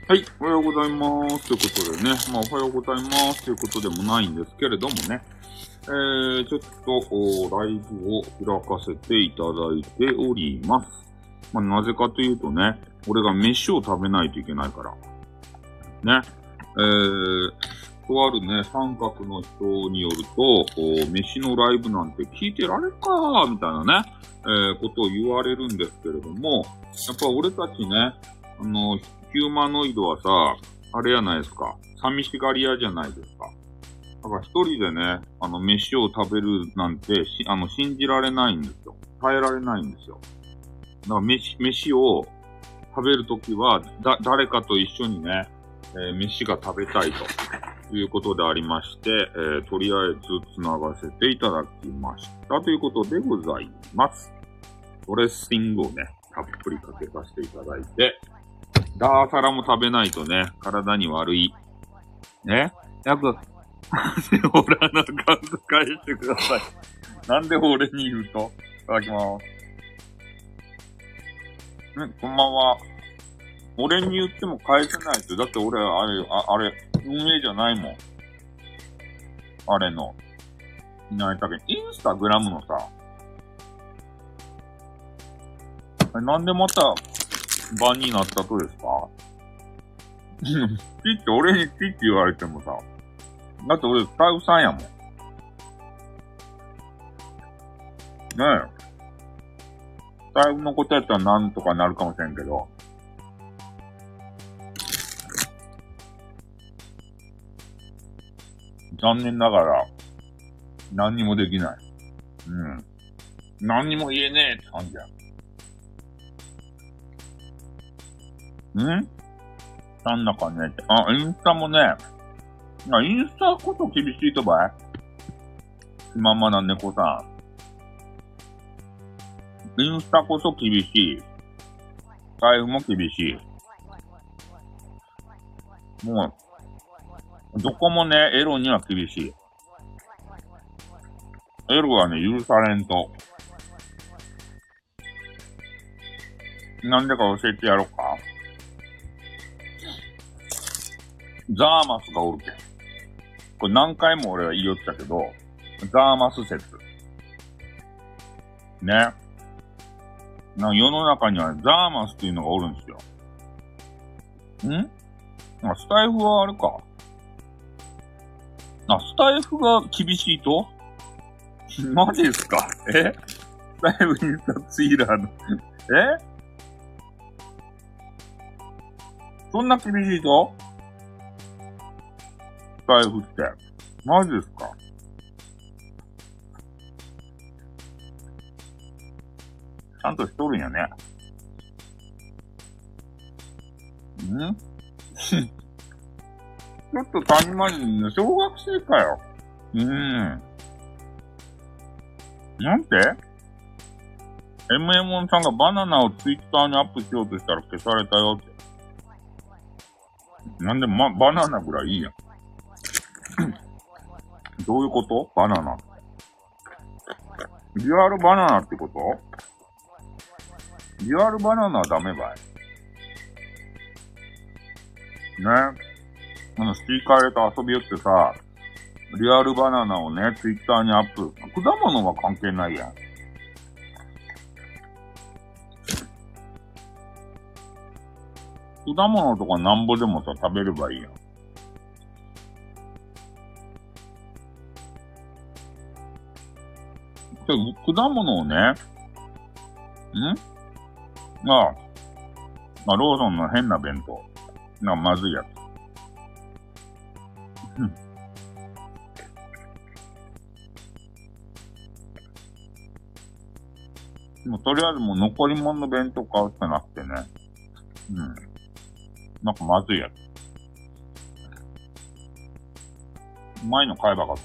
はい、おはようございます。ということでね、まあおはようございますということでもないんですけれどもね、ちょっとライブを開かせていただいております。まあなぜかというとね、俺が飯を食べないといけないから。ね。とあるね、三角の人によると、飯のライブなんて聞いてられるかーみたいなね、ことを言われるんですけれども、やっぱ俺たちね、ヒューマノイドはさ、あれやないですか。寂しがり屋じゃないですか。だから一人でね、飯を食べるなんて、信じられないんですよ。耐えられないんですよ。だから飯を食べるときは、誰かと一緒にね、飯が食べたいということでありまして、とりあえず繋がせていただきましたということでございます。ドレッシングをね、たっぷりかけさせていただいて、ダーサラも食べないとね、体に悪い。ね。約、ほら、なんか返してください。なんで俺に言うと。いただきます。こんばんは。俺に言っても返せないと。だって俺、あれ、運営じゃないもん。あれの。何だっけ、インスタグラムのさ。なんでまた、番になったとですかピッて、俺にピッて言われてもさ。だって俺、スタイフさんやもん。ねえ。スタイフのことやったらなんとかなるかもしれんけど。残念ながら、何にもできない。何にも言えねえって感じや。なんだかねって。インスタもね、インスタこそ厳しいとばいまんまな猫さん。インスタこそ厳しい。財布も厳しい。もう、どこもね、エロには厳しい。エロはね、許されんと。なんでか教えてやろうか。ザーマスがおるけん。これ何回も俺は言いよったけど、ザーマス説。ね。世の中にはザーマスっていうのがおるんですよ。スタイフはあれか。スタイフが厳しいとマジですかスタイフインスタツイラーのそんな厳しいとスタイフって。マジですかちゃんとしとるんやね。ちょっと谷間にね、小学生かよ。なんて ?MM さんがバナナをツイッターにアップしようとしたら消されたよって。なんで、バナナぐらいいいやん。どういうことバナナって。リアルバナナってことリアルバナナはダメばい。ね。スピーカー入れて遊びよってさ、リアルバナナをね、ツイッターにアップ。果物は関係ないやん。果物とかなんぼでもさ、食べればいいやん。果物をね、ローソンの変な弁当。まずいやつ。もうとりあえずもう残り物の弁当買うってなくてね。なんかまずいやつ。うまいの買えばよかった。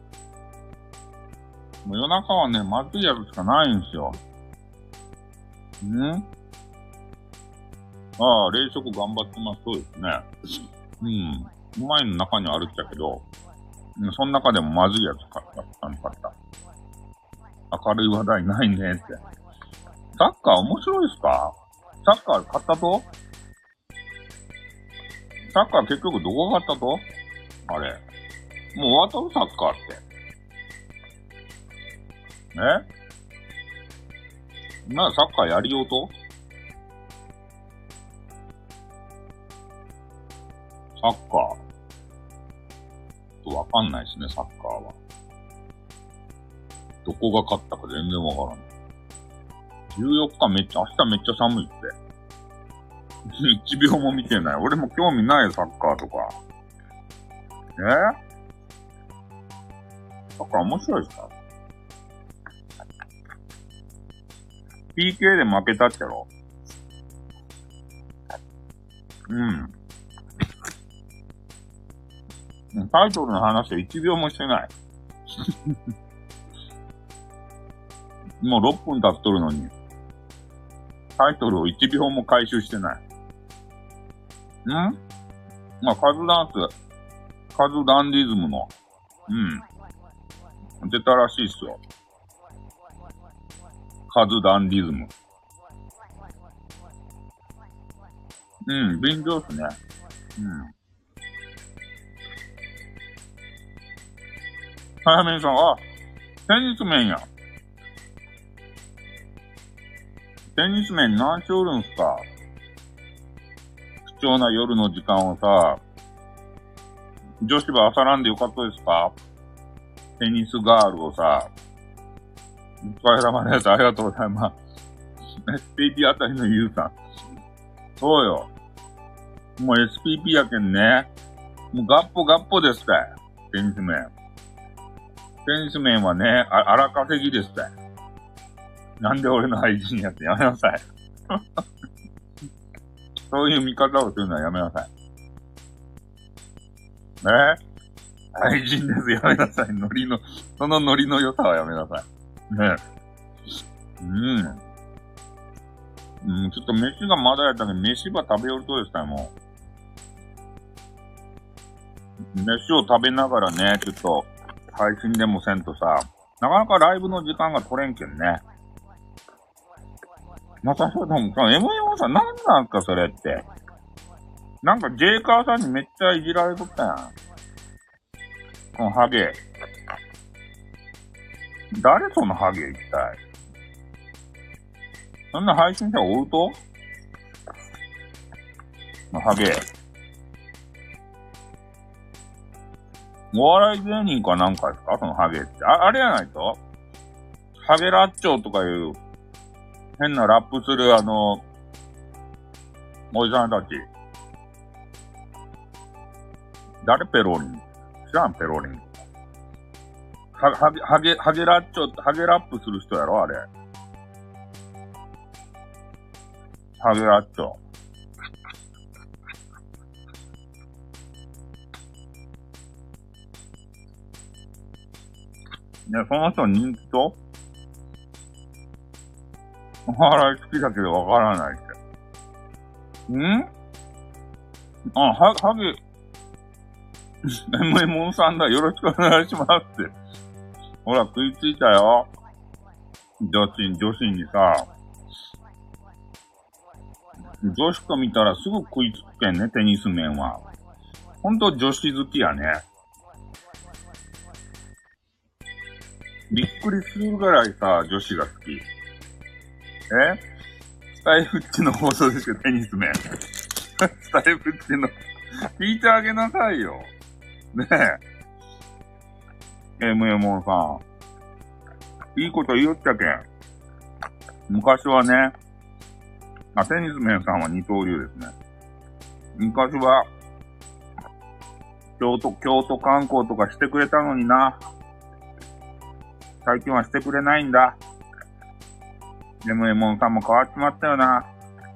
もう夜中はね、まずいやつしかないんですよ。冷食頑張ってます。そうですね。うまいの中にはあるっちゃけど、その中でもまずいやつ買った。明るい話題ないねって。サッカー面白いっすか？サッカー勝ったと？ サッカー結局どこが勝ったとあれ。もう終わったのサッカーって。まだサッカーやりようとサッカー。わかんないですね、サッカーは。どこが勝ったか全然わからない。14日明日めっちゃ寒いって。1秒も見てない。俺も興味ないサッカーとか。サッカー面白いですか？ PK で負けたってやろ？タイトルの話は1秒もしてない。もう6分経っとるのに、タイトルを1秒も回収してない。まあ、カズダンディズムの、出たらしいっすよ。カズダンディズム。便乗っすね。早めにさん、テニス面や。テニス面何しおるんすか？貴重な夜の時間をさ、女子は朝らんでよかったですか？テニスガールをさ、お疲れ様です。ありがとうございます。SPP あたりのゆうさん。そうよ。もう SPP やけんね。もうガッポですって。テニス面。テニス面はね、荒稼ぎですって。なんで俺の愛人やってやめなさい。そういう見方をするのはやめなさい。愛人です。やめなさい。そのノリの良さはやめなさい。ちょっと飯がまだやったけど、飯ば食べよるとですから、もう。飯を食べながらね、ちょっと、配信でもせんとさ、なかなかライブの時間が取れんけんね。またそうだもん、M4 さん、なんなんかそれって。なんか、ジェイカーさんにめっちゃいじられとったやん。このハゲ。誰そのハゲ一体。そんな配信者おるとハゲ。お笑い芸人かなんかですかそのハゲって。あれやないとハゲラッチョとかいう変なラップするおじさんたち。誰ペロリン知らんペロリン。ハゲラッチョ、ハゲラップする人やろあれ。ハゲラッチョ。ね、その人人気とお笑い好きだけどわからないって。ハゲ、M&M さんだ。よろしくお願いしますって。ほら、食いついたよ。女子にさ。女子と見たらすぐ食いつくけんね、テニス面は。ほんと女子好きやね。びっくりするぐらいさ、女子が好き。スタイフッチの放送ですよ、テニス面。スタイフッチの、聞いてあげなさいよ。ねえ。M&M さん。いいこと言いよったけん。昔はね、テニス面さんは二刀流ですね。昔は、京都観光とかしてくれたのにな。最近はしてくれないんだ。M&M さんも変わっちまったよな。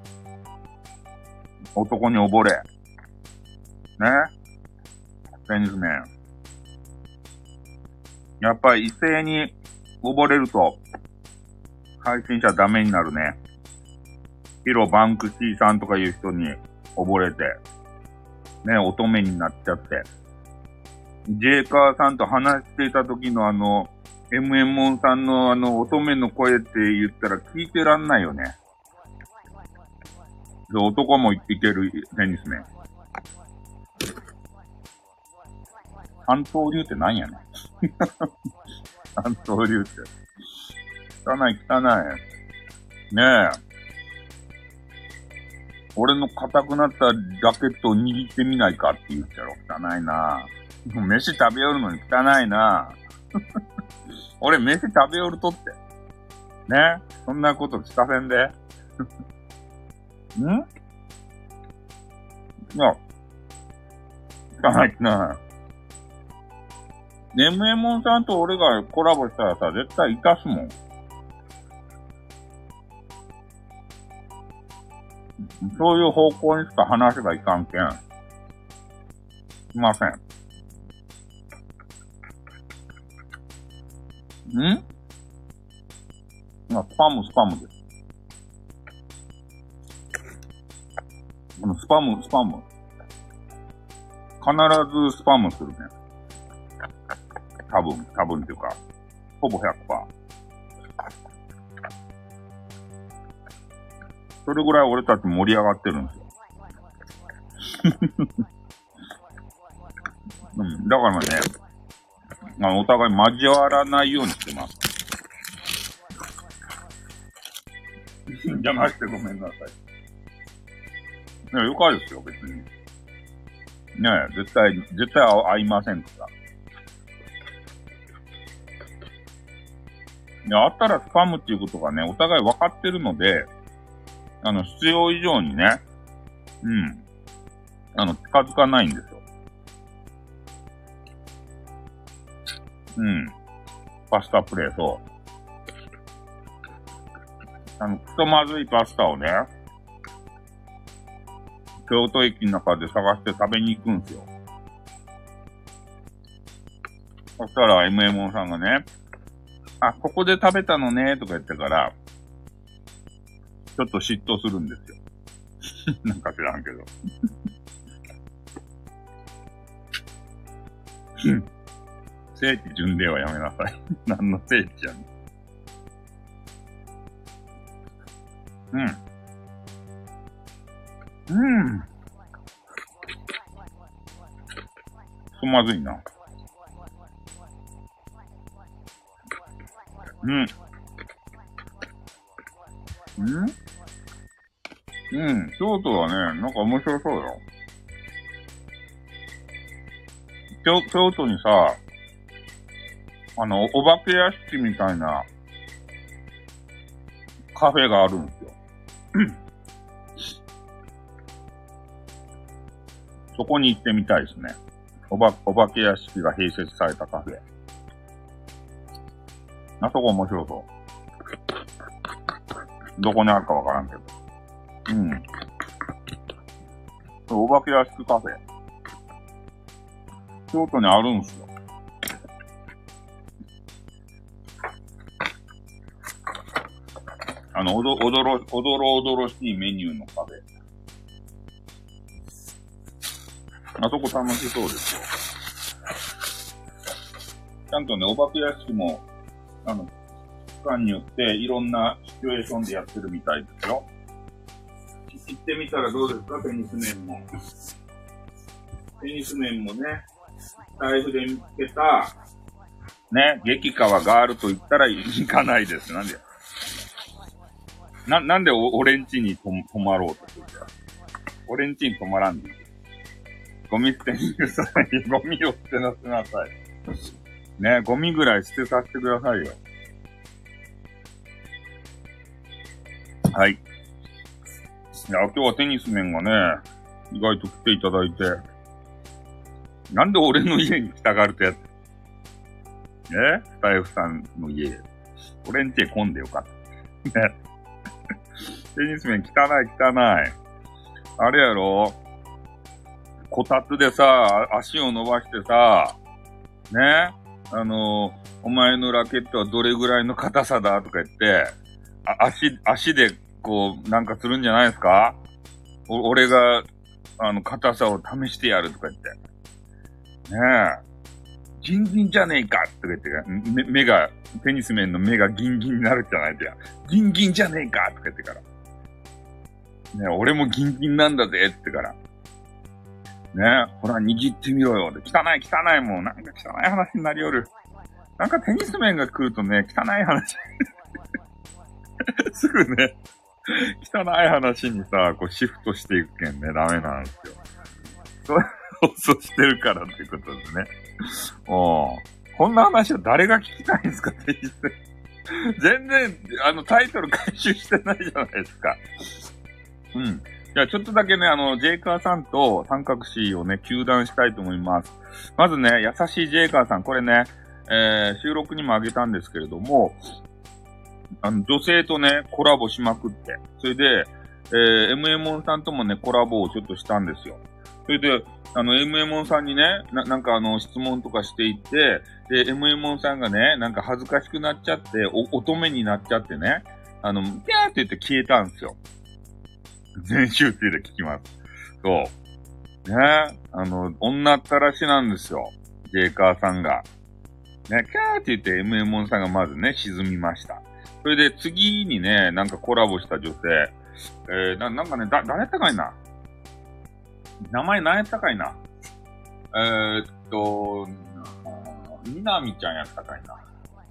男に溺れ。ね。テニス面。やっぱり異性に溺れると、配信者ダメになるね。ヒロバンクシーさんとかいう人に溺れて、ね、乙女になっちゃって。ジェイカーさんと話していた時のM&M さんの乙女の声って言ったら聞いてらんないよね。で、男もいけるテニス面。 関東流って何やねん。関東流って。汚い。ねえ。俺の硬くなったラケットを握ってみないかって言ったら汚いな。飯食べよるのに汚いな。俺飯食べよるとって。ね。そんなこと聞かせんで。ん？いや、汚いな。ネムエモンさんと俺がコラボしたらさ、絶対活かすもん。そういう方向にしか話せばいかんけん。すいません。スパムです。スパム。必ずスパムするね。多分っていうか、ほぼ 100%。それぐらい俺たち盛り上がってるんですよ。だからね、お互い交わらないようにしてます。邪魔してごめんなさい。いや、よかですよ、別に。ねえ、絶対合いませんから。いや、あったらスパムっていうことがね、お互い分かってるので、必要以上にね、近づかないんですよ。パスタプレート。くそまずいパスタをね、京都駅の中で探して食べに行くんですよ。そしたら MM さんがね、あ、ここで食べたのね、とか言ってから、ちょっと嫉妬するんですよ。なんか知らんけど。聖地巡礼はやめなさい。何の聖地やねん。まずいな。京都はね、なんか面白そうよ。京都にさ、お化け屋敷みたいなカフェがあるんですよ。そこに行ってみたいですね。お化け屋敷が併設されたカフェ。あそこ面白そう。どこにあるかわからんけど。お化け屋敷カフェ。京都にあるんすよ。おどろしいメニューのカフェ。あそこ楽しそうですよ。ちゃんとね、お化け屋敷も、期間によっていろんなシチュエーションでやってるみたいですよ。行ってみたらどうですか、テニス面も。テニス面もね、財布で見つけた、ね、激川ガールと言ったら行かないです。なんで俺ん家に泊まろうとするんだよ。俺ん家に泊まらんでいい。ゴミ捨てに行く際にゴミを捨てなさい。ね、ゴミぐらい捨てさせてくださいよ。はい。いや、今日はテニス面がね、意外と来ていただいて、なんで俺の家に来たがるとやつ。スタイフさんの家。俺ん家混んでよかった。ね。テニス面汚い。あれやろ、こたつでさ、足を伸ばしてさ、ね、お前のラケットはどれぐらいの硬さだとか言って、足でこう、なんかするんじゃないですか？俺が、硬さを試してやるとか言って。ねえ。ギンギンじゃねえかとか言って、目が、テニス面の目がギンギンになるじゃないでや。ギンギンじゃねえかとか言ってから。ねえ、俺もギンギンなんだぜってから。 ね、ほら、握ってみろよ。で、汚いもん。なんか汚い話になりよる。なんかテニス面が来るとね、汚い話。すぐね、汚い話にさ、こうシフトしていくけんね、ダメなんですよ。そうしてるからってことですね。こんな話は誰が聞きたいんですかって言って。全然、タイトル回収してないじゃないですか。うん。じゃあちょっとだけね、ジェイカーさんと三角詞をね、糾弾したいと思います。まずね、優しいジェイカーさん、これね、収録にもあげたんですけれども、女性とね、コラボしまくって、それで、MM さんともね、コラボをちょっとしたんですよ。それで、MM さんにね、なんか質問とかしていって、で、MM さんがね、なんか恥ずかしくなっちゃって、乙女になっちゃってね、キャーって言って消えたんですよ。全集中で聞きます。そう。ね、女ったらしなんですよ。ジェイカーさんが。ね、キャーって言って MM さんがまずね、沈みました。それで次にね、なんかコラボした女性、なんかね、誰やったかいな。名前何やったかいな。みなみちゃんやったかいな。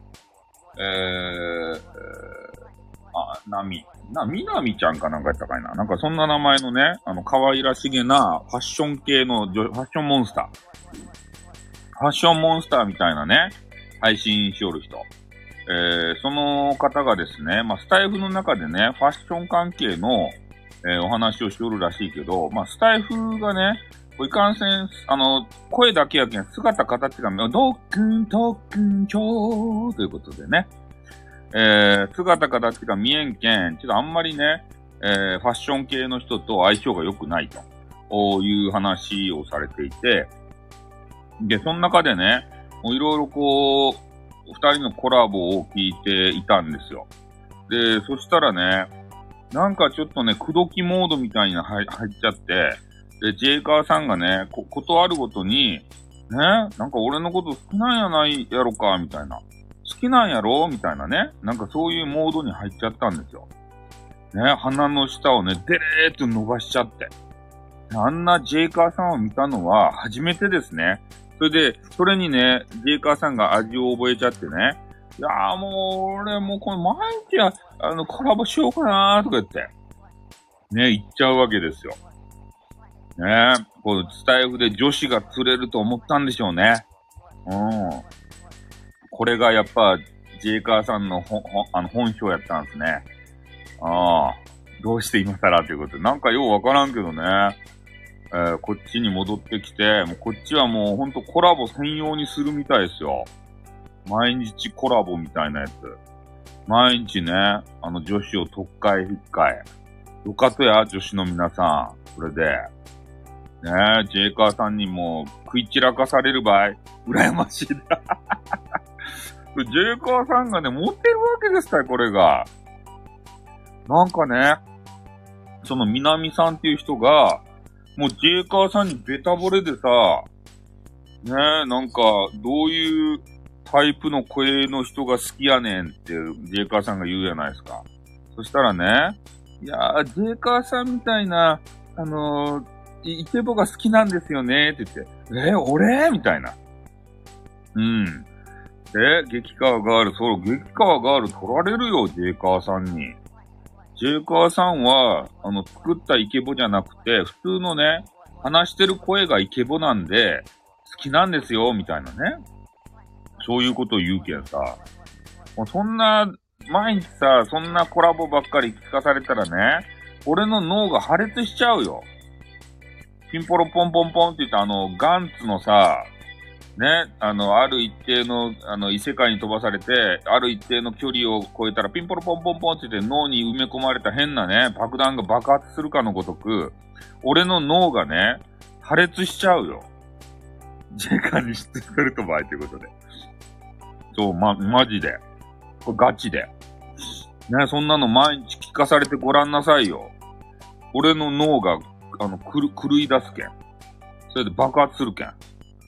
みなみちゃんかなんかやったかいな。なんかそんな名前のね、可愛らしげなファッション系のファッションモンスター。ファッションモンスターみたいなね、配信しおる人。その方がですね、まあ、スタイフの中でね、ファッション関係の、お話をしおるらしいけど、まあ、スタイフがね、いかんせん、声だけやけん、姿形が、ドックン、トックン、チョーということでね、姿形が見えんけん、ちょっとあんまりね、ファッション系の人と相性が良くないという話をされていて、で、その中でね、もういろいろこう、二人のコラボを聞いていたんですよ。で、そしたらね、なんかちょっとね、口説きモードみたいな入っちゃって、で、ジェイカーさんがね、ことあるごとに、ね、なんか俺のこと好きなんやないやろか、みたいな。好きなんやろみたいなね。なんかそういうモードに入っちゃったんですよ。ね、鼻の下をね、デレーっと伸ばしちゃって。あんなジェイカーさんを見たのは初めてですね。それで、それにね、ジェイカーさんが味を覚えちゃってね。いやーもう、俺もうこれ毎日は、コラボしようかなーとか言って。ね、言っちゃうわけですよ。ね、このスタイフで女子が釣れると思ったんでしょうね。うん。これがやっぱ、ジェイカーさんの本性やったんですね。ああ。どうして今更ということで。なんかようわからんけどね。こっちに戻ってきて、もうこっちはもうほんとコラボ専用にするみたいですよ。毎日コラボみたいなやつ。毎日ね、女子を特会引っかえ。よかとや、女子の皆さん。それで、ねえ、ジェイカーさんにも食い散らかされる場合、羨ましいな。ジェイカーさんがね、持ってるわけですか、これが。なんかね、その南さんっていう人が、もうジェイカーさんにベタ惚れでさ、ねえ、なんか、どういうタイプの声の人が好きやねんってジェイカーさんが言うじゃないですか。そしたらね、いやー、ジェイカーさんみたいな、イケボが好きなんですよねって言って、俺みたいな。うん。で、激川ガール、激川ガール取られるよ、ジェイカーさんに。ジェイカーさんは、作ったイケボじゃなくて、普通のね、話してる声がイケボなんで、好きなんですよ、みたいなね。そういうことを言うけんさ。もうそんな、毎日さ、そんなコラボばっかり聞かされたらね、俺の脳が破裂しちゃうよ。ピンポロポンポンポンって言ったガンツのさ、ね、ある一定の、異世界に飛ばされて、ある一定の距離を超えたら、ピンポロポンポンポンって言って脳に埋め込まれた変なね、爆弾が爆発するかのごとく、俺の脳がね、破裂しちゃうよ。ジェイカーに知ってくると場合ということで。そう、マジで。これガチで。ね、そんなの毎日聞かされてごらんなさいよ。俺の脳が、狂い出すけん。それで爆発するけん。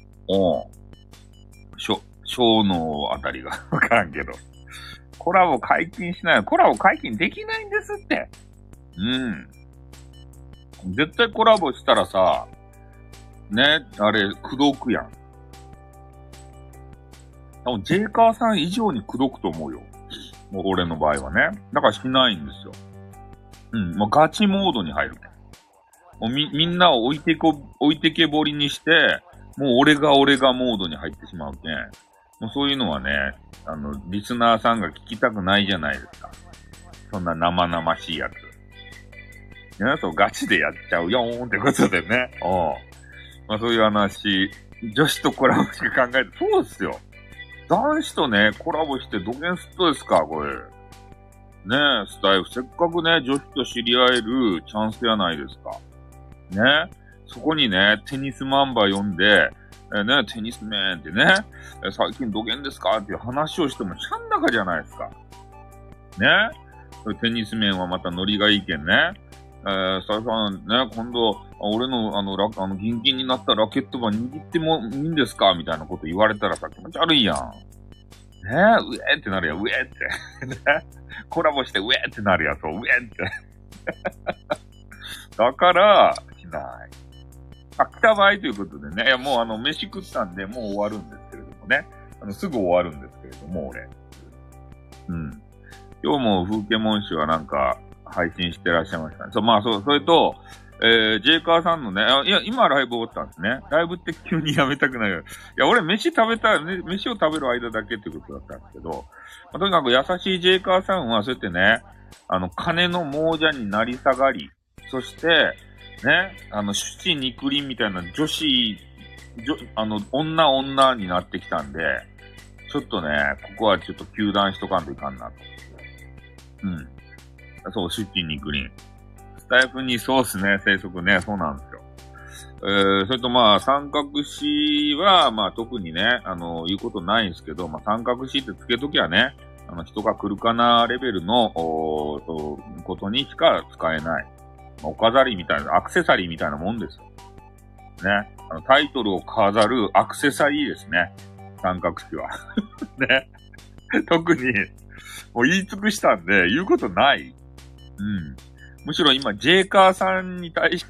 小脳あたりがわからんけど。コラボ解禁しない。コラボ解禁できないんですって。うん。絶対コラボしたらさ、 ね、あれ、口説くやん。多分、ジェイカーさん以上に口説くと思うよ。もう俺の場合はね。だからしないんですよ。もうガチモードに入る。もうみんなを置いてけぼりにして、もう俺がモードに入ってしまうけん。もうそういうのはね、リスナーさんが聞きたくないじゃないですか。そんな生々しいやつ。そうガチでやっちゃうよーんってことでね。まあそういう話、女子とコラボしか考えて、そうですよ。男子とね、コラボしてどげんすっとですか、これ。ねえ、スタイフ。せっかくね、女子と知り合えるチャンスやないですか。ね。そこにね、テニスマンバ呼んで、ね、テニスメンってね、最近どげんですかっていう話をしても、しゃん中じゃないですか。ね。テニス面はまたノリがいいけんね。スタイフさんね、今度、俺のギンギンになったラケットば握ってもいいんですかみたいなこと言われたらさ、気持ち悪いやん。ねえ、うえってなるやん、うえって。ね、コラボしてうえってなるやん、そう、うえって。だから、しない。来た場合ということでね、いや、もう飯食ったんで、もう終わるんですけれどもね。すぐ終わるんですけれども、俺。今日も風景文集はなんか、配信してらっしゃいましたね。それと、ジェイカーさんのね、いや、今ライブ終わったんですね。ライブって急にやめたくないよ。いや、俺飯を食べる間だけってことだったんですけど、とにかく優しいジェイカーさんはそうやってね、金の亡者になり下がり、そして、ね、七肉林みたいな女になってきたんで、ちょっとね、ここはちょっと糾弾しとかんといかんなと。そう、出勤にグリーン。スタイフにそうっすね、生息ね、そうなんですよ。それとまあ、三角詞は、まあ特にね、言うことないんですけど、まあ三角詞ってつけときゃね、人が来るかなレベルの、ことにしか使えない。お飾りみたいな、アクセサリーみたいなもんですよ。ね。タイトルを飾るアクセサリーですね。三角詞は。ね。特に、もう言い尽くしたんで、言うことない。むしろ今、ジェイカーさんに対して、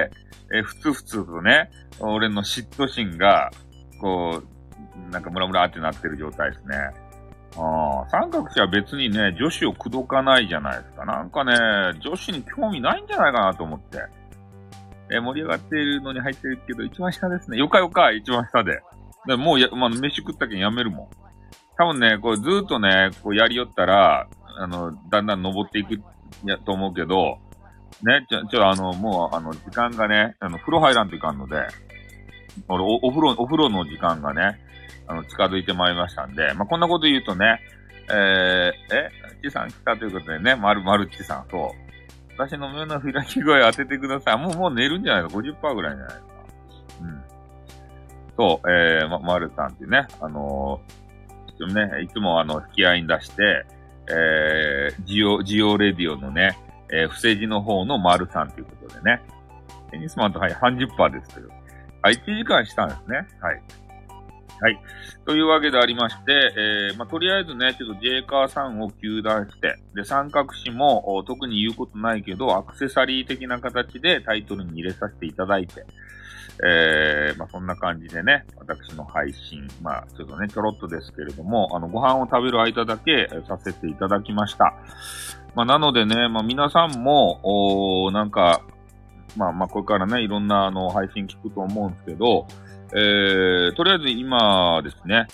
ふつふつとね、俺の嫉妬心が、こう、なんかムラムラってなってる状態ですね。三角詞は別にね、女子を口説かないじゃないですか。なんかね、女子に興味ないんじゃないかなと思って。盛り上がっているのに入ってるけど、一番下ですね。よか、一番下で。もう飯食ったけんやめるもん。多分ね、これずーっとね、こうやりよったら、だんだん登っていくと思うけど、ね、もう、時間がね、風呂入らんといかんので、俺、お風呂の時間がね、近づいてまいりましたんで、まあ、こんなこと言うとね、ちさん来たということでね、まるちさん、そう。私の目の開き声当ててください。もう寝るんじゃないの ?50% ぐらいじゃないですか。そう、まるさんっていうね、いつも引き合いに出して、ジオレディオのね、不正字の方の丸さんということでね。テニスマンとはい、30% ですけど。1時間したんですね。はい。はい。というわけでありまして、とりあえずね、ちょっとジェイカーさんを糾弾して、で、三角詞も特に言うことないけど、アクセサリー的な形でタイトルに入れさせていただいて、そんな感じでね、私の配信、ちょっとね、ちょろっとですけれども、ご飯を食べる間だけさせていただきました。なのでね、皆さんも、なんか、これからね、いろんな配信聞くと思うんですけど、とりあえず今ですね、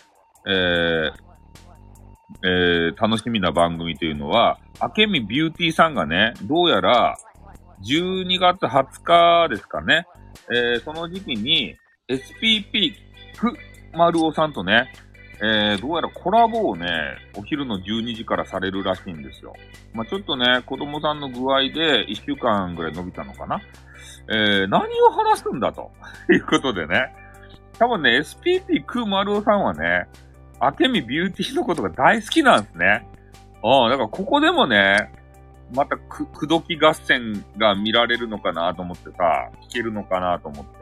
楽しみな番組というのは、明美ビューティーさんがね、どうやら、12月20日ですかね、その時期に、SPP くまるおさんとね、どうやらコラボをね、お昼の12時からされるらしいんですよ。ちょっとね、子供さんの具合で1週間ぐらい伸びたのかな。何を話すんだということでね。多分ね、SPP くまるおさんはね、明美ビューティーのことが大好きなんですね。だからここでもね、また口説き合戦が見られるのかなと思ってさ、聞けるのかなと思って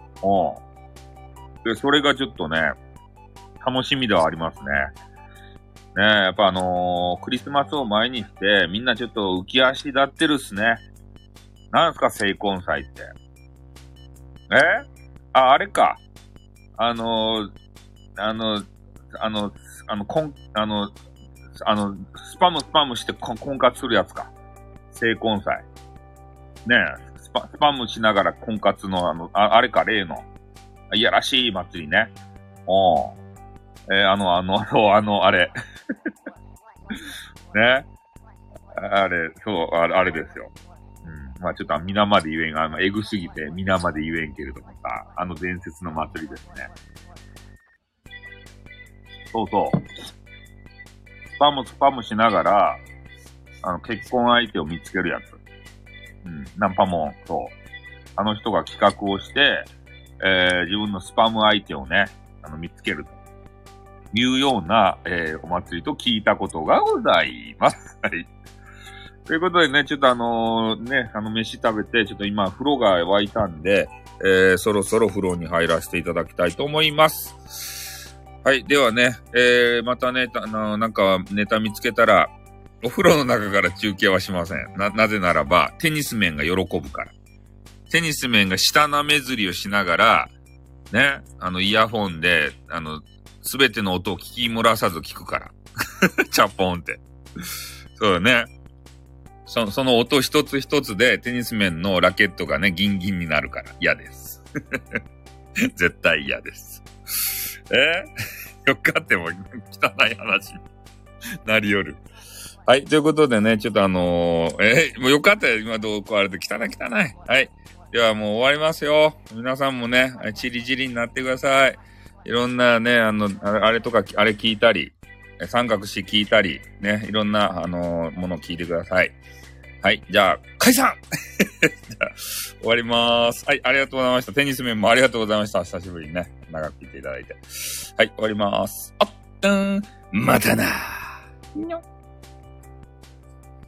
。で、それがちょっとね、楽しみではありますね。ねえ、やっぱクリスマスを前にして、みんなちょっと浮き足立ってるっすね。なんすか、成婚祭って。 あ、あれか。あの、あの、あの、あの、スパムして婚活するやつか。成婚祭。ねえ、スパムしながら婚活のあれか、例の。いやらしい祭りね。おう。あれ。ね。あれ、そう、あれですよ。うん。まあちょっと皆まで言えん、エグすぎて皆まで言えんけれどもさ、伝説の祭りですね。そうそう。スパムしながら、結婚相手を見つけるやつ。うん。ナンパもん、そう。あの人が企画をして、自分のスパム相手をね、見つけるというような、お祭りと聞いたことがございます。はい。ということでね、ちょっと飯食べて、ちょっと今風呂が沸いたんで、そろそろ風呂に入らせていただきたいと思います。はい。ではね、またね、なんかネタ見つけたら、お風呂の中から中継はしません。なぜならば、テニス面が喜ぶから。テニス面が舌なめずりをしながら、ね、イヤホンで、すべての音を聞き漏らさず聞くから。チャッポンって。そうだね。その音一つ一つでテニス面のラケットがね、ギンギンになるから嫌です。絶対嫌です。よかっても汚い話になりよる。はい。ということでね、ちょっともうよかったよ。今どうこうあれで汚い。はい。ではもう終わりますよ。皆さんもね、チリチリになってください。いろんなね、あれとか、あれ聞いたり、三角詞聞いたり、ね、いろんな、ものを聞いてください。はい。じゃあ、解散じゃあ終わりまーす。はい。ありがとうございました。テニス面もありがとうございました。久しぶりにね、長く聞いていただいて。はい。終わりまーす。あっ、またなー。にょっ。